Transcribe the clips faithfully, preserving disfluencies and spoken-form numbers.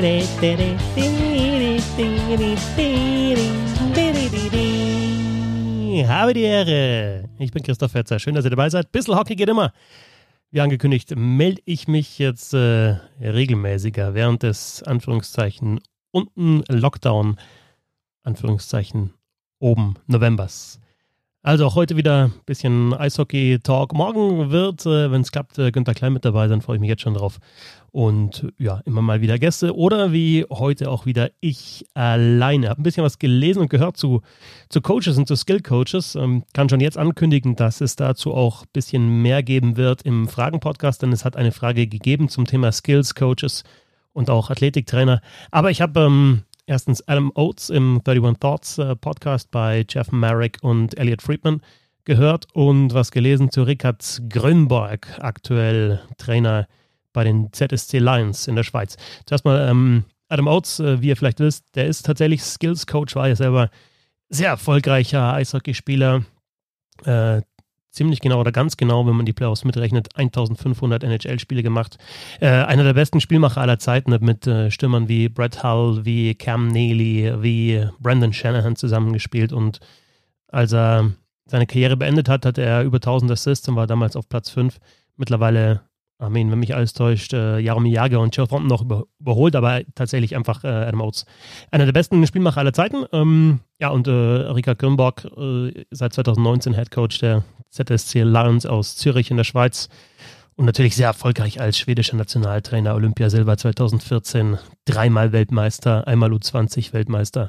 Habe die Ehre. Ich bin Christoph Fetzer. Schön, dass ihr dabei seid. Bissl Hockey geht immer. Wie angekündigt, melde ich mich jetzt äh, regelmäßiger während des Anführungszeichen unten Lockdown, Anführungszeichen oben Novembers. Also auch heute wieder ein bisschen Eishockey-Talk. Morgen wird, äh, wenn es klappt, äh, Günther Klein mit dabei sein, freue ich mich jetzt schon drauf. Und ja, immer mal wieder Gäste oder wie heute auch wieder ich alleine. Habe ein bisschen was gelesen und gehört zu, zu Coaches und zu Skill-Coaches. Ähm, kann schon jetzt ankündigen, dass es dazu auch ein bisschen mehr geben wird im Fragen-Podcast, denn es hat eine Frage gegeben zum Thema Skills-Coaches und auch Athletiktrainer. Aber ich habe... Ähm, Erstens Adam Oates im einunddreißig Thoughts äh, Podcast bei Jeff Marek und Elliot Friedman gehört und was gelesen zu Richard Grönborg, aktuell Trainer bei den Z S C Lions in der Schweiz. Zuerst mal ähm, Adam Oates, äh, wie ihr vielleicht wisst, der ist tatsächlich Skills Coach, war ja selber sehr erfolgreicher Eishockeyspieler, äh, ziemlich genau oder ganz genau, wenn man die Playoffs mitrechnet, eintausendfünfhundert N H L-Spiele gemacht. Äh, einer der besten Spielmacher aller Zeiten, hat mit äh, Stürmern wie Brett Hull, wie Cam Neely, wie Brendan Shanahan zusammengespielt und als er seine Karriere beendet hat, hatte er über tausend Assists und war damals auf Platz fünf. Mittlerweile, Amen, wenn mich alles täuscht, äh, Jaromir Jagr und Joe Thornton noch über, überholt, aber tatsächlich einfach äh, Adam Oates. Einer der besten Spielmacher aller Zeiten. Ähm, ja, und äh, Richard Grönborg, äh, seit zweitausendneunzehn Headcoach der Z S C Lions aus Zürich in der Schweiz und natürlich sehr erfolgreich als schwedischer Nationaltrainer, Olympiasilber zweitausendvierzehn, dreimal Weltmeister, einmal U zwanzig Weltmeister.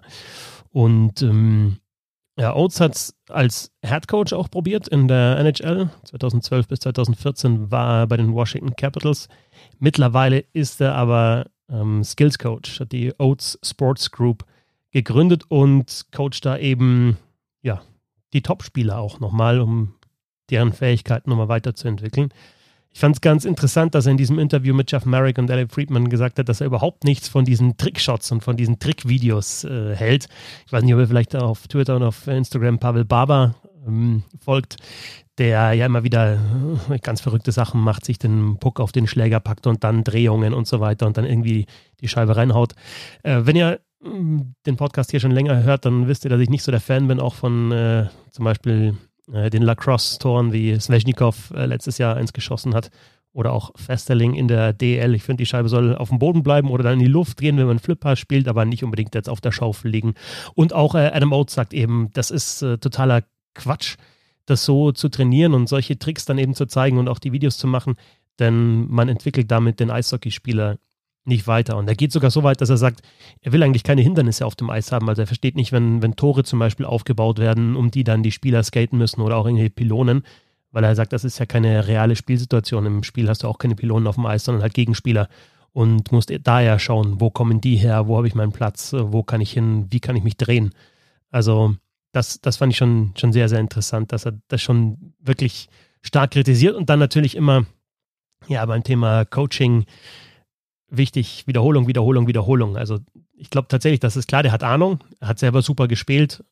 Und ähm, ja, Oates hat es als Headcoach auch probiert in der N H L. zweitausendzwölf bis zweitausendvierzehn war er bei den Washington Capitals. Mittlerweile ist er aber ähm, Skills Coach, hat die Oates Sports Group gegründet und coacht da eben ja die Top-Spieler auch nochmal, um deren Fähigkeiten nochmal weiterzuentwickeln. Ich fand es ganz interessant, dass er in diesem Interview mit Jeff Marek und Elliot Friedman gesagt hat, dass er überhaupt nichts von diesen Trickshots und von diesen Trickvideos äh, hält. Ich weiß nicht, ob er vielleicht auf Twitter und auf Instagram Pavel Barber ähm, folgt, der ja immer wieder äh, ganz verrückte Sachen macht, sich den Puck auf den Schläger packt und dann Drehungen und so weiter und dann irgendwie die Scheibe reinhaut. Äh, wenn ihr äh, den Podcast hier schon länger hört, dann wisst ihr, dass ich nicht so der Fan bin, auch von äh, zum Beispiel den Lacrosse-Toren, wie Svechnikov äh, letztes Jahr eins geschossen hat, oder auch Festerling in der D L. Ich finde, die Scheibe soll auf dem Boden bleiben oder dann in die Luft gehen, wenn man Flipper spielt, aber nicht unbedingt jetzt auf der Schaufel liegen. Und auch äh, Adam Oates sagt eben, das ist äh, totaler Quatsch, das so zu trainieren und solche Tricks dann eben zu zeigen und auch die Videos zu machen, denn man entwickelt damit den Eishockeyspieler nicht weiter. Und er geht sogar so weit, dass er sagt, er will eigentlich keine Hindernisse auf dem Eis haben. Also er versteht nicht, wenn, wenn Tore zum Beispiel aufgebaut werden, um die dann die Spieler skaten müssen oder auch irgendwelche Pylonen, weil er sagt, das ist ja keine reale Spielsituation. Im Spiel hast du auch keine Pylonen auf dem Eis, sondern halt Gegenspieler und musst daher schauen, wo kommen die her, wo habe ich meinen Platz, wo kann ich hin, wie kann ich mich drehen. Also das, das fand ich schon, schon sehr, sehr interessant, dass er das schon wirklich stark kritisiert und dann natürlich immer, ja, beim Thema Coaching wichtig, Wiederholung, Wiederholung, Wiederholung. Also ich glaube tatsächlich, das ist klar, der hat Ahnung, er hat selber super gespielt.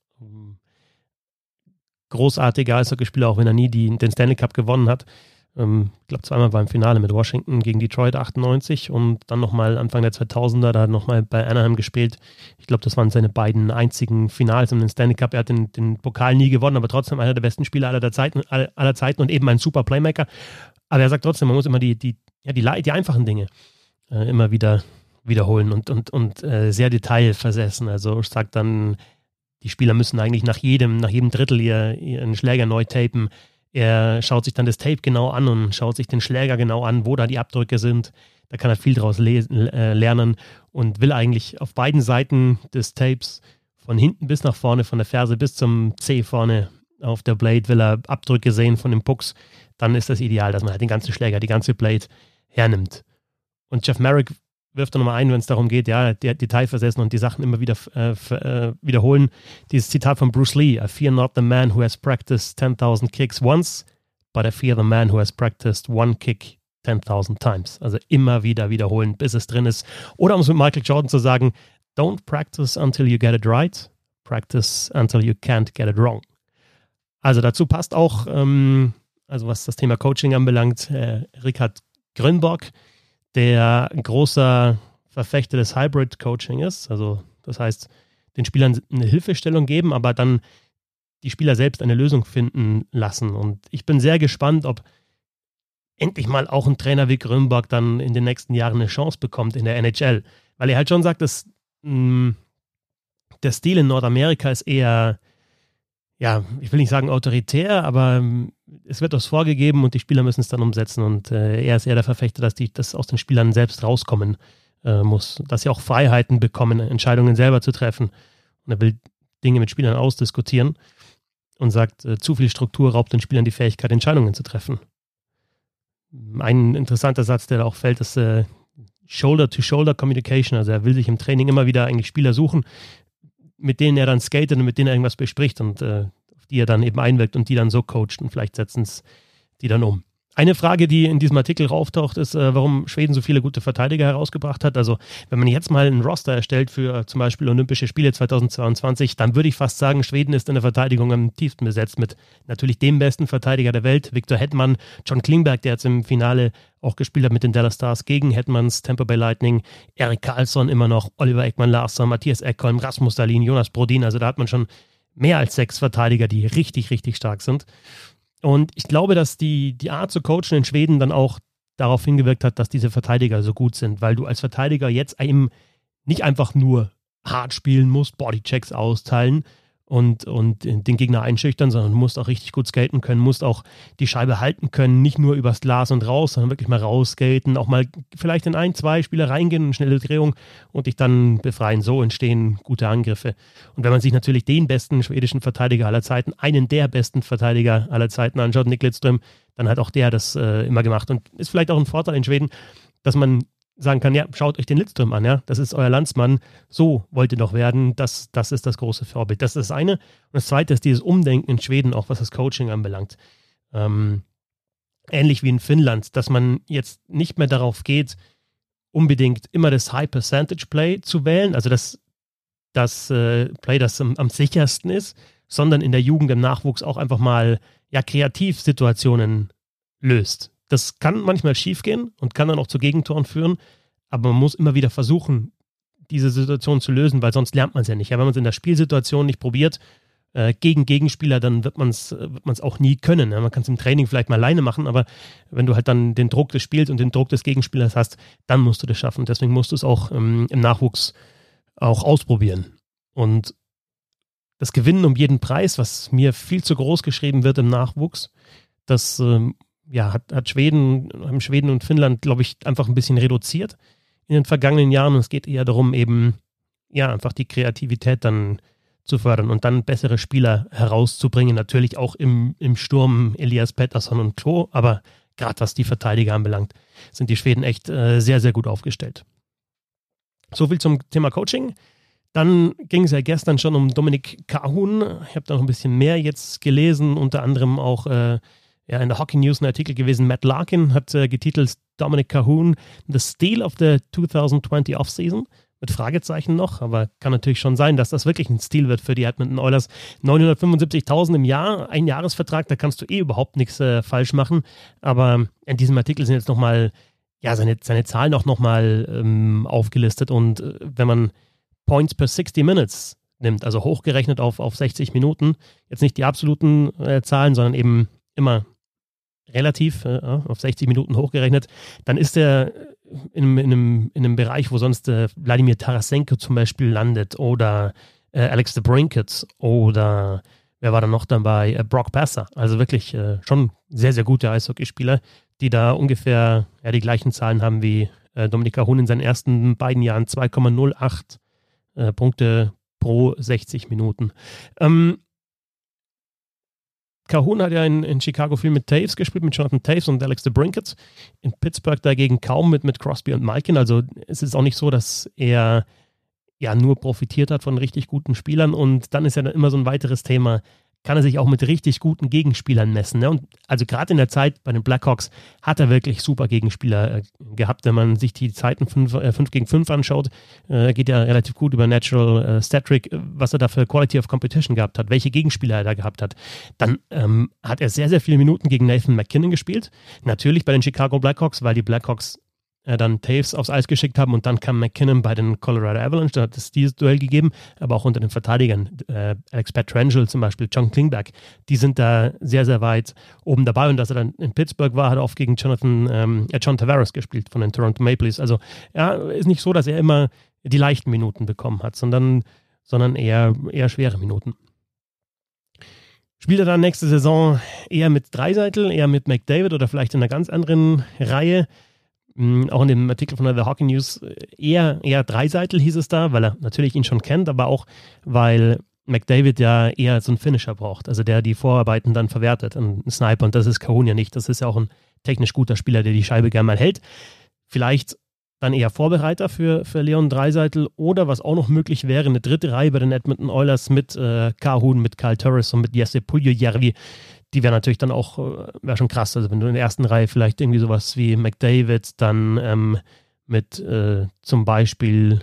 Großartiger Eishockeyspieler, auch wenn er nie die, den Stanley Cup gewonnen hat. Ähm, ich glaube, zweimal war im Finale mit Washington gegen Detroit achtundneunzig und dann nochmal Anfang der zweitausender, da hat er nochmal bei Anaheim gespielt. Ich glaube, das waren seine beiden einzigen Finals um den Stanley Cup. Er hat den, den Pokal nie gewonnen, aber trotzdem einer der besten Spieler aller, der Zeiten, aller, aller Zeiten und eben ein super Playmaker. Aber er sagt trotzdem, man muss immer die, die, ja, die, die einfachen Dinge Äh, immer wieder wiederholen und, und, und äh, sehr detailversessen. Also sagt dann, die Spieler müssen eigentlich nach jedem, nach jedem Drittel ihr, ihren Schläger neu tapen. Er schaut sich dann das Tape genau an und schaut sich den Schläger genau an, wo da die Abdrücke sind. Da kann er viel draus lesen, äh, lernen und will eigentlich auf beiden Seiten des Tapes von hinten bis nach vorne, von der Ferse bis zum C vorne auf der Blade, will er Abdrücke sehen von den Pucks. Dann ist das ideal, dass man halt den ganzen Schläger, die ganze Blade hernimmt. Und Jeff Marek wirft dann nochmal ein, wenn es darum geht, ja, der Detailversessen und die Sachen immer wieder äh, äh, wiederholen. Dieses Zitat von Bruce Lee: I fear not the man who has practiced ten thousand kicks once, but I fear the man who has practiced one kick ten thousand times. Also immer wieder wiederholen, bis es drin ist. Oder um es mit Michael Jordan zu sagen, don't practice until you get it right, practice until you can't get it wrong. Also dazu passt auch, ähm, also was das Thema Coaching anbelangt, äh, Richard Grönborg, der ein großer Verfechter des Hybrid-Coaching ist. Also das heißt, den Spielern eine Hilfestellung geben, aber dann die Spieler selbst eine Lösung finden lassen. Und ich bin sehr gespannt, ob endlich mal auch ein Trainer wie Grönborg dann in den nächsten Jahren eine Chance bekommt in der N H L. Weil er halt schon sagt, dass mh, der Stil in Nordamerika ist eher, ja, ich will nicht sagen autoritär, aber es wird was vorgegeben und die Spieler müssen es dann umsetzen. Und äh, er ist eher der Verfechter, dass die, das aus den Spielern selbst rauskommen äh, muss. Dass sie auch Freiheiten bekommen, Entscheidungen selber zu treffen. Und er will Dinge mit Spielern ausdiskutieren und sagt, äh, zu viel Struktur raubt den Spielern die Fähigkeit, Entscheidungen zu treffen. Ein interessanter Satz, der da auch fällt, ist äh, Shoulder-to-Shoulder-Communication. Also er will sich im Training immer wieder eigentlich Spieler suchen, mit denen er dann skatet und mit denen er irgendwas bespricht und äh, auf die er dann eben einwirkt und die dann so coacht und vielleicht setzen es die dann um. Eine Frage, die in diesem Artikel auftaucht, ist, äh, warum Schweden so viele gute Verteidiger herausgebracht hat. Also wenn man jetzt mal einen Roster erstellt für äh, zum Beispiel Olympische Spiele zweitausendzweiundzwanzig, dann würde ich fast sagen, Schweden ist in der Verteidigung am tiefsten besetzt mit natürlich dem besten Verteidiger der Welt, Victor Hedman, John Klingberg, der jetzt im Finale auch gespielt hat mit den Dallas Stars gegen Hedmans Tampa Bay Lightning, Erik Karlsson immer noch, Oliver Ekman-Larsson, Mattias Ekholm, Rasmus Dahlin, Jonas Brodin. Also da hat man schon mehr als sechs Verteidiger, die richtig, richtig stark sind. Und ich glaube, dass die, die Art zu coachen in Schweden dann auch darauf hingewirkt hat, dass diese Verteidiger so gut sind, weil du als Verteidiger jetzt eben nicht einfach nur hart spielen musst, Bodychecks austeilen und, und den Gegner einschüchtern, sondern du musst auch richtig gut skaten können, musst auch die Scheibe halten können, nicht nur übers Glas und raus, sondern wirklich mal rausskaten, auch mal vielleicht in ein, zwei Spieler reingehen, eine schnelle Drehung und dich dann befreien. So entstehen gute Angriffe. Und wenn man sich natürlich den besten schwedischen Verteidiger aller Zeiten, einen der besten Verteidiger aller Zeiten anschaut, Nick Lidström, dann hat auch der das äh, immer gemacht. Und ist vielleicht auch ein Vorteil in Schweden, dass man sagen kann, ja, schaut euch den Lidström an, ja, das ist euer Landsmann, so wollt ihr doch werden, das, das ist das große Vorbild. Das ist das eine. Und das zweite ist dieses Umdenken in Schweden, auch was das Coaching anbelangt. Ähm, ähnlich wie in Finnland, dass man jetzt nicht mehr darauf geht, unbedingt immer das High-Percentage-Play zu wählen, also das, das äh, Play, das am, am sichersten ist, sondern in der Jugend, im Nachwuchs auch einfach mal ja, Kreativsituationen löst. Das kann manchmal schiefgehen und kann dann auch zu Gegentoren führen, aber man muss immer wieder versuchen, diese Situation zu lösen, weil sonst lernt man es ja nicht. Ja, wenn man es in der Spielsituation nicht probiert, äh, gegen Gegenspieler, dann wird man es wird man es auch nie können. Ja? Man kann es im Training vielleicht mal alleine machen, aber wenn du halt dann den Druck des Spiels und den Druck des Gegenspielers hast, dann musst du das schaffen. Deswegen musst du es auch ähm, im Nachwuchs auch ausprobieren. Und das Gewinnen um jeden Preis, was mir viel zu groß geschrieben wird im Nachwuchs, das ähm, ja, hat, hat Schweden, haben Schweden und Finnland, glaube ich, einfach ein bisschen reduziert in den vergangenen Jahren. Und es geht eher darum, eben, ja, einfach die Kreativität dann zu fördern und dann bessere Spieler herauszubringen. Natürlich auch im, im Sturm Elias Pettersson und Klo, aber gerade was die Verteidiger anbelangt, sind die Schweden echt äh, sehr, sehr gut aufgestellt. So viel zum Thema Coaching. Dann ging es ja gestern schon um Dominik Kahun. Ich habe da noch ein bisschen mehr jetzt gelesen, unter anderem auch äh, ja, in der Hockey News ein Artikel gewesen. Matt Larkin hat äh, getitelt Dominic Kahun, The Steal of the twenty twenty Offseason, mit Fragezeichen noch, aber kann natürlich schon sein, dass das wirklich ein Stil wird für die Edmonton Oilers. neunhundertfünfundsiebzigtausend im Jahr, ein Jahresvertrag, da kannst du eh überhaupt nichts äh, falsch machen, aber in diesem Artikel sind jetzt nochmal, ja, seine, seine Zahlen auch nochmal ähm, aufgelistet und äh, wenn man Points per sixty Minutes nimmt, also hochgerechnet auf, auf sechzig Minuten, jetzt nicht die absoluten äh, Zahlen, sondern eben immer relativ äh, auf sechzig Minuten hochgerechnet, dann ist er in, in, einem, in einem Bereich, wo sonst äh, Wladimir Tarasenko zum Beispiel landet oder äh, Alex DeBrincat oder wer war da noch dabei? Äh, Brock Besser. Also wirklich äh, schon sehr, sehr gute Eishockeyspieler, die da ungefähr ja, die gleichen Zahlen haben wie äh, Dominik Kahun in seinen ersten beiden Jahren, zwei Komma null acht äh, Punkte pro sechzig Minuten. Ähm, Kahun hat ja in, in Chicago viel mit Taves gespielt, mit Jonathan Taves und Alex DeBrincat. In Pittsburgh dagegen kaum mit, mit Crosby und Malkin. Also es ist auch nicht so, dass er ja nur profitiert hat von richtig guten Spielern. Und dann ist ja dann immer so ein weiteres Thema, kann er sich auch mit richtig guten Gegenspielern messen. Ne? Und also gerade in der Zeit bei den Blackhawks hat er wirklich super Gegenspieler äh, gehabt. Wenn man sich die Zeiten fünf gegen fünf anschaut, äh, geht ja relativ gut über Natural äh, Stat-Trick, was er da für Quality of Competition gehabt hat, welche Gegenspieler er da gehabt hat. Dann ähm, hat er sehr, sehr viele Minuten gegen Nathan MacKinnon gespielt. Natürlich bei den Chicago Blackhawks, weil die Blackhawks äh, dann Taves aufs Eis geschickt haben und dann kam McKinnon bei den Colorado Avalanche, da hat es dieses Duell gegeben, aber auch unter den Verteidigern, äh, Alex Pietrangelo zum Beispiel, John Klingberg, die sind da sehr, sehr weit oben dabei und dass er dann in Pittsburgh war, hat er oft gegen Jonathan, ähm, äh, John Tavares gespielt von den Toronto Maple Leafs, also ja, ist nicht so, dass er immer die leichten Minuten bekommen hat, sondern, sondern eher, eher schwere Minuten. Spielt er dann nächste Saison eher mit Draisaitl, eher mit McDavid oder vielleicht in einer ganz anderen Reihe? Auch in dem Artikel von der The Hockey News eher, eher Draisaitl hieß es da, weil er natürlich ihn schon kennt, aber auch, weil McDavid ja eher so einen Finisher braucht, also der die Vorarbeiten dann verwertet, ein Sniper, und das ist Kahun ja nicht. Das ist ja auch ein technisch guter Spieler, der die Scheibe gerne mal hält. Vielleicht dann eher Vorbereiter für, für Leon Draisaitl oder was auch noch möglich wäre, eine dritte Reihe bei den Edmonton Oilers mit äh, Kahun, mit Kyle Turris und mit Jesse Puljujärvi. Die wäre natürlich dann auch, äh, wäre schon krass. Also wenn du in der ersten Reihe vielleicht irgendwie sowas wie McDavid, dann ähm, mit äh, zum Beispiel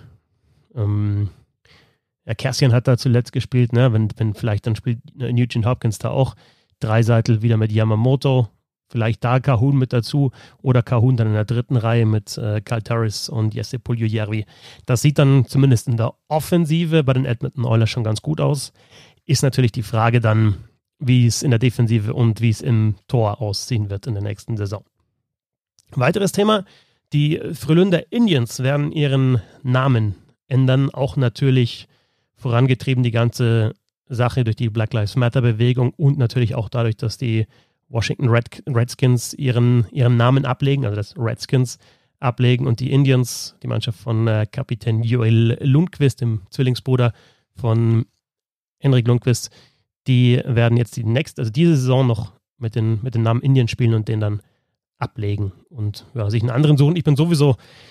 ähm, ja, Kassian hat da zuletzt gespielt, ne? wenn, wenn vielleicht dann spielt äh, Nugent Hopkins da auch, Draisaitl wieder mit Yamamoto, vielleicht da Kahun mit dazu oder Kahun dann in der dritten Reihe mit äh, Kyle Turris und Jesse Puljujärvi. Das sieht dann zumindest in der Offensive bei den Edmonton Oilers schon ganz gut aus. Ist natürlich die Frage dann, wie es in der Defensive und wie es im Tor aussehen wird in der nächsten Saison. Weiteres Thema, die Frölunda Indians werden ihren Namen ändern, auch natürlich vorangetrieben die ganze Sache durch die Black Lives Matter Bewegung und natürlich auch dadurch, dass die Washington Red, Redskins ihren, ihren Namen ablegen, also das Redskins ablegen und die Indians, die Mannschaft von äh, Kapitän Joel Lundqvist, dem Zwillingsbruder von Henrik Lundqvist, die werden jetzt die nächste, also diese Saison noch mit den, mit den Namen Indians spielen und den dann ablegen und ja, sich einen anderen suchen. Ich bin sowieso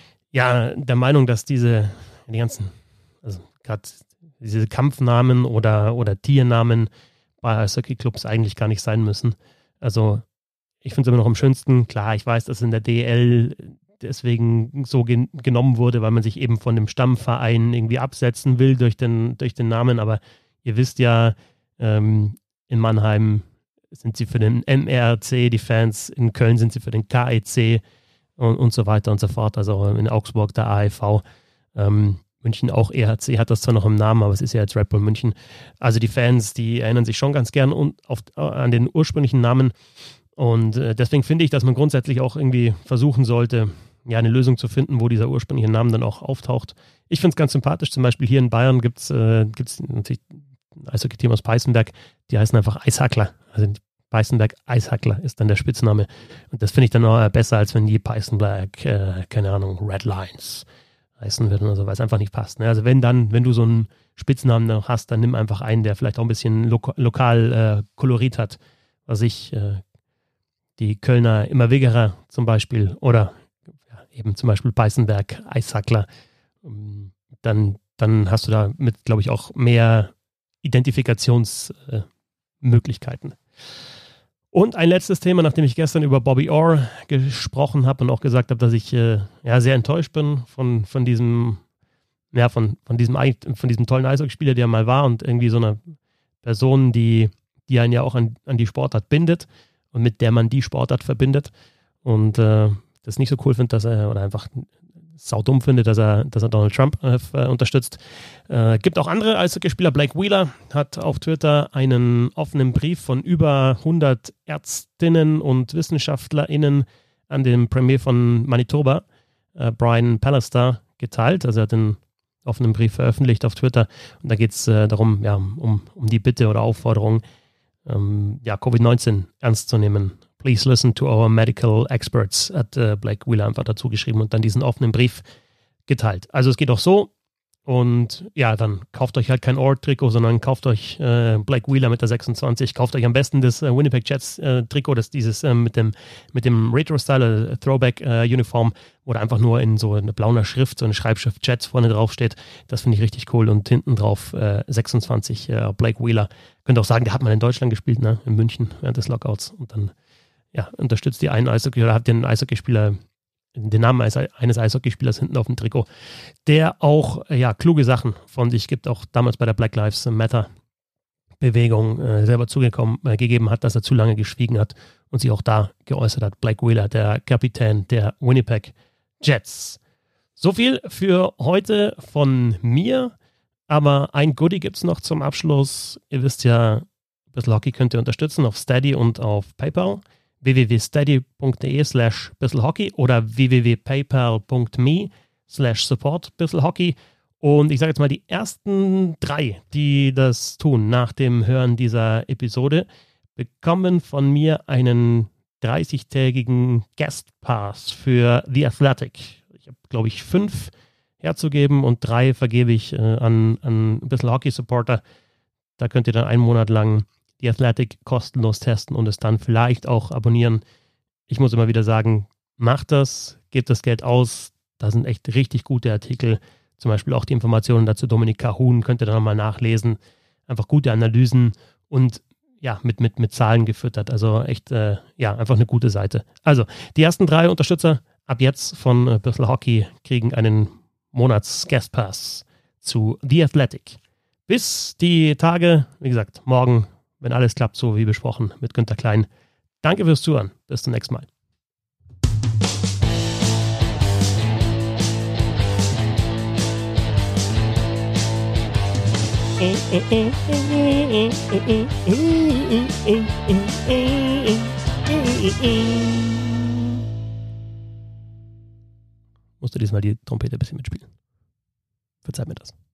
ja der Meinung, dass diese, die ganzen, also gerade diese Kampfnamen oder, oder Tiernamen bei Eishockey-Clubs eigentlich gar nicht sein müssen. Also ich finde es immer noch am schönsten. Klar, ich weiß, dass in der D L deswegen so gen- genommen wurde, weil man sich eben von dem Stammverein irgendwie absetzen will durch den, durch den Namen. Aber ihr wisst ja, ähm, in Mannheim sind sie für den M R C, die Fans. In Köln sind sie für den K E C und, und so weiter und so fort. Also in Augsburg der A E V. Ähm, München auch E H C, hat das zwar noch im Namen, aber es ist ja jetzt Red Bull München. Also die Fans, die erinnern sich schon ganz gern auf, an den ursprünglichen Namen und äh, deswegen finde ich, dass man grundsätzlich auch irgendwie versuchen sollte, ja, eine Lösung zu finden, wo dieser ursprüngliche Name dann auch auftaucht. Ich finde es ganz sympathisch, zum Beispiel hier in Bayern gibt es äh, natürlich ein Eishockey-Team aus Peißenberg, die heißen einfach Eishackler. Also Peißenberg Eishackler ist dann der Spitzname und das finde ich dann auch besser, als wenn die Peißenberg, äh, keine Ahnung, Red Lions heißen würden oder so, weil es einfach nicht passt. Ne? Also wenn dann, wenn du so einen Spitznamen noch hast, dann nimm einfach einen, der vielleicht auch ein bisschen loka- lokal äh, Kolorit hat. Was ich, äh, die Kölner Immerwegerer zum Beispiel oder ja, eben zum Beispiel Peißenberg, Eishackler. Dann, dann hast du damit, glaube ich, auch mehr Identifikationsmöglichkeiten. Äh, Und ein letztes Thema, nachdem ich gestern über Bobby Orr gesprochen habe und auch gesagt habe, dass ich äh, ja, sehr enttäuscht bin von, von diesem, ja, von, von diesem von diesem tollen Eishockeyspieler, der mal war und irgendwie so eine Person, die, die einen ja auch an, an die Sportart bindet und mit der man die Sportart verbindet. Und äh, das nicht so cool finde, dass er, oder einfach saudumm finde, dass er, dass er Donald Trump äh, unterstützt. Äh, gibt auch andere Eishockeyspieler. Blake Wheeler hat auf Twitter einen offenen Brief von über hundert Ärztinnen und WissenschaftlerInnen an den Premier von Manitoba, äh, Brian Pallister, geteilt. Also er hat den offenen Brief veröffentlicht auf Twitter und da geht es äh, darum, ja, um, um die Bitte oder Aufforderung, ähm, ja, Covid neunzehn ernst zu nehmen. Please listen to our medical experts, hat äh, Blake Wheeler einfach dazu geschrieben und dann diesen offenen Brief geteilt. Also es geht auch so und ja, dann kauft euch halt kein Orr-Trikot, sondern kauft euch äh, Blake Wheeler mit der sechsundzwanzig, kauft euch am besten das äh, Winnipeg Jets-Trikot, äh, das dieses äh, mit dem, mit dem Retro-Style, äh, Throwback-Uniform, wo da einfach nur in so eine blauer Schrift, so eine Schreibschrift Jets vorne drauf steht. Das finde ich richtig cool und hinten drauf äh, sechsundzwanzig, äh, Blake Wheeler. Könnt auch sagen, der hat mal in Deutschland gespielt, ne, in München während des Lockouts und dann ja, unterstützt die einen Eishockey oder habt den Eishockeyspieler, den Namen eines Eishockeyspielers hinten auf dem Trikot, der auch ja, kluge Sachen von sich gibt, auch damals bei der Black Lives Matter Bewegung äh, selber zugekommen, äh, gegeben hat, dass er zu lange geschwiegen hat und sich auch da geäußert hat. Blake Wheeler, der Kapitän der Winnipeg Jets. So viel für heute von mir, aber ein Goodie gibt es noch zum Abschluss. Ihr wisst ja, Bisselhockey könnt ihr unterstützen auf Steady und auf PayPal. w w w punkt steady punkt d e slash bisselhockey oder w w w punkt paypal punkt me slash support bisselhockey. Und ich sage jetzt mal, die ersten drei, die das tun nach dem Hören dieser Episode, bekommen von mir einen dreißigtägigen Guest Pass für The Athletic. Ich habe, glaube ich, fünf herzugeben und drei vergebe ich äh, an, an ein bisschen Hockey-Supporter. Da könnt ihr dann einen Monat lang The Athletic kostenlos testen und es dann vielleicht auch abonnieren. Ich muss immer wieder sagen, macht das, gebt das Geld aus. Da sind echt richtig gute Artikel. Zum Beispiel auch die Informationen dazu Dominik Kahun könnt ihr dann nochmal nachlesen. Einfach gute Analysen und ja, mit, mit, mit Zahlen gefüttert. Also echt, äh, ja, einfach eine gute Seite. Also, die ersten drei Unterstützer ab jetzt von äh, Bissl Hockey kriegen einen Monats-Guest-Pass zu The Athletic. Bis die Tage, wie gesagt, morgen, wenn alles klappt, so wie besprochen, mit Günther Klein. Danke fürs Zuhören. Bis zum nächsten Mal. Musste diesmal die Trompete ein bisschen mitspielen. Verzeiht mir das.